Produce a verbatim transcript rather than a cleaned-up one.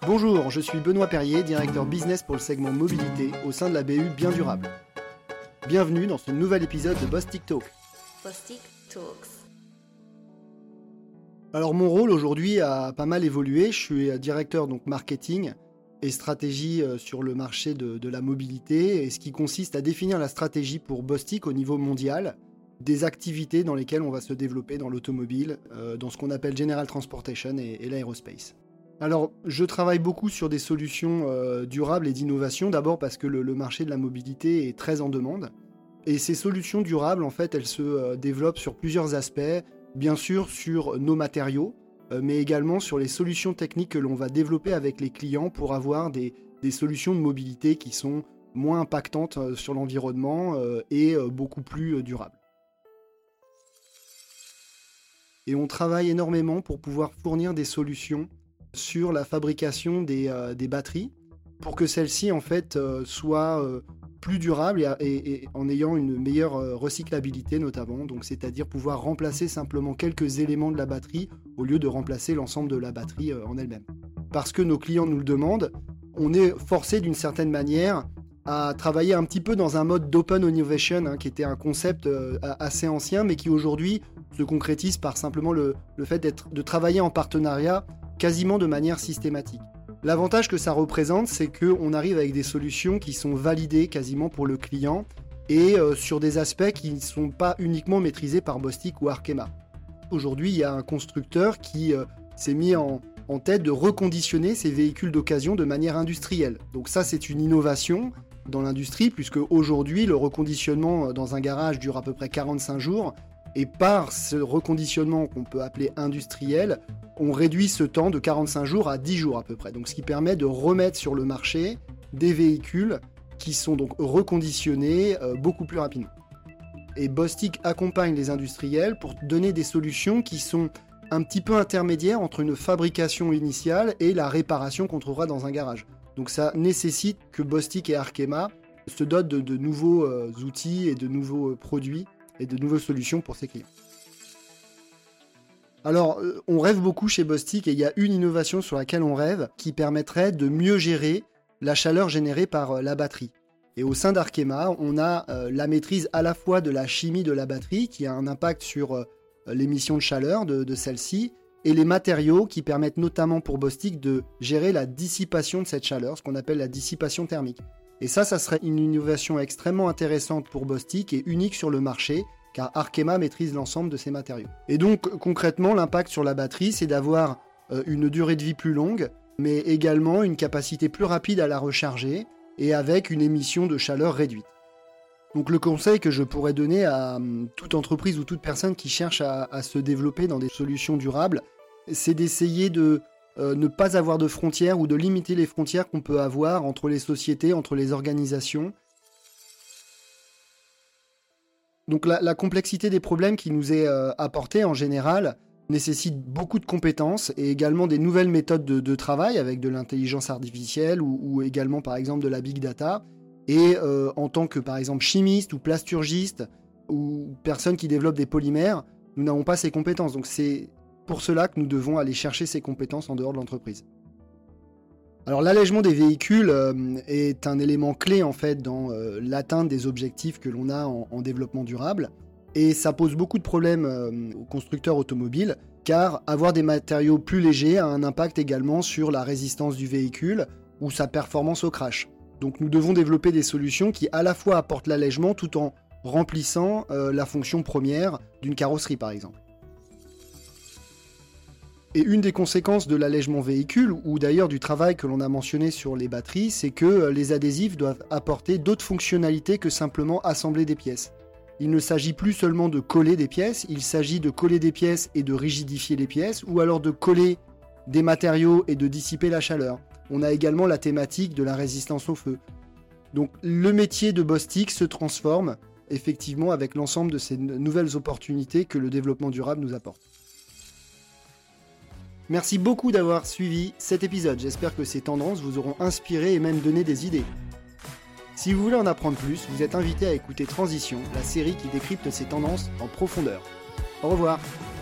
Bonjour, je suis Benoît Perrier, directeur business pour le segment mobilité au sein de la B U Bien Durable. Bienvenue dans ce nouvel épisode de Bostik Talk. Bostik Talks. Alors mon rôle aujourd'hui a pas mal évolué, je suis directeur donc marketing et stratégie sur le marché de, de la mobilité, et ce qui consiste à définir la stratégie pour Bostik au niveau mondial, des activités dans lesquelles on va se développer dans l'automobile, euh, dans ce qu'on appelle General Transportation et, et l'aérospace. Alors, je travaille beaucoup sur des solutions euh, durables et d'innovation, d'abord parce que le, le marché de la mobilité est très en demande. Et ces solutions durables, en fait, elles se euh, développent sur plusieurs aspects, bien sûr sur nos matériaux, euh, mais également sur les solutions techniques que l'on va développer avec les clients pour avoir des, des solutions de mobilité qui sont moins impactantes euh, sur l'environnement euh, et euh, beaucoup plus euh, durables. Et on travaille énormément pour pouvoir fournir des solutions sur la fabrication des, euh, des batteries pour que celles-ci en fait euh, soient euh, plus durables et, et, et en ayant une meilleure euh, recyclabilité notamment, donc c'est-à-dire pouvoir remplacer simplement quelques éléments de la batterie au lieu de remplacer l'ensemble de la batterie euh, en elle-même. Parce que nos clients nous le demandent, on est forcé d'une certaine manière à travailler un petit peu dans un mode d'open innovation, hein, qui était un concept euh, assez ancien mais qui aujourd'hui se concrétise par simplement le, le fait d'être, de travailler en partenariat quasiment de manière systématique. L'avantage que ça représente, c'est qu'on arrive avec des solutions qui sont validées quasiment pour le client et euh, sur des aspects qui ne sont pas uniquement maîtrisés par Bostik ou Arkema. Aujourd'hui, il y a un constructeur qui euh, s'est mis en, en tête de reconditionner ses véhicules d'occasion de manière industrielle. Donc ça, c'est une innovation dans l'industrie, puisque aujourd'hui, le reconditionnement dans un garage dure à peu près quarante-cinq jours, et par ce reconditionnement qu'on peut appeler industriel, on réduit ce temps de quarante-cinq jours à dix jours à peu près. Donc ce qui permet de remettre sur le marché des véhicules qui sont donc reconditionnés euh, beaucoup plus rapidement. Et Bostik accompagne les industriels pour donner des solutions qui sont un petit peu intermédiaires entre une fabrication initiale et la réparation qu'on trouvera dans un garage. Donc ça nécessite que Bostik et Arkema se dotent de, de nouveaux euh, outils et de nouveaux euh, produits et de nouvelles solutions pour ses clients. Alors, euh, on rêve beaucoup chez Bostik et il y a une innovation sur laquelle on rêve qui permettrait de mieux gérer la chaleur générée par euh, la batterie. Et au sein d'Arkema, on a euh, la maîtrise à la fois de la chimie de la batterie qui a un impact sur euh, l'émission de chaleur de, de celle-ci et les matériaux qui permettent notamment pour Bostik de gérer la dissipation de cette chaleur, ce qu'on appelle la dissipation thermique. Et ça, ça serait une innovation extrêmement intéressante pour Bostik et unique sur le marché, car Arkema maîtrise l'ensemble de ces matériaux. Et donc, concrètement, l'impact sur la batterie, c'est d'avoir euh, une durée de vie plus longue, mais également une capacité plus rapide à la recharger, et avec une émission de chaleur réduite. Donc le conseil que je pourrais donner à um, toute entreprise ou toute personne qui cherche à, à se développer dans des solutions durables, c'est d'essayer de Euh, ne pas avoir de frontières ou de limiter les frontières qu'on peut avoir entre les sociétés, entre les organisations. Donc la, la complexité des problèmes qui nous est euh, apportée en général nécessite beaucoup de compétences et également des nouvelles méthodes de, de travail avec de l'intelligence artificielle ou, ou également par exemple de la big data. Et euh, en tant que par exemple chimiste ou plasturgiste ou personne qui développe des polymères, nous n'avons pas ces compétences. Donc c'est pour cela que nous devons aller chercher ces compétences en dehors de l'entreprise. Alors l'allègement des véhicules euh, est un élément clé en fait dans euh, l'atteinte des objectifs que l'on a en, en développement durable et ça pose beaucoup de problèmes euh, aux constructeurs automobiles car avoir des matériaux plus légers a un impact également sur la résistance du véhicule ou sa performance au crash. Donc nous devons développer des solutions qui à la fois apportent l'allègement tout en remplissant euh, la fonction première d'une carrosserie par exemple. Et une des conséquences de l'allègement véhicule, ou d'ailleurs du travail que l'on a mentionné sur les batteries, c'est que les adhésifs doivent apporter d'autres fonctionnalités que simplement assembler des pièces. Il ne s'agit plus seulement de coller des pièces, il s'agit de coller des pièces et de rigidifier les pièces, ou alors de coller des matériaux et de dissiper la chaleur. On a également la thématique de la résistance au feu. Donc le métier de Bostik se transforme effectivement avec l'ensemble de ces nouvelles opportunités que le développement durable nous apporte. Merci beaucoup d'avoir suivi cet épisode, j'espère que ces tendances vous auront inspiré et même donné des idées. Si vous voulez en apprendre plus, vous êtes invité à écouter Transition, la série qui décrypte ces tendances en profondeur. Au revoir.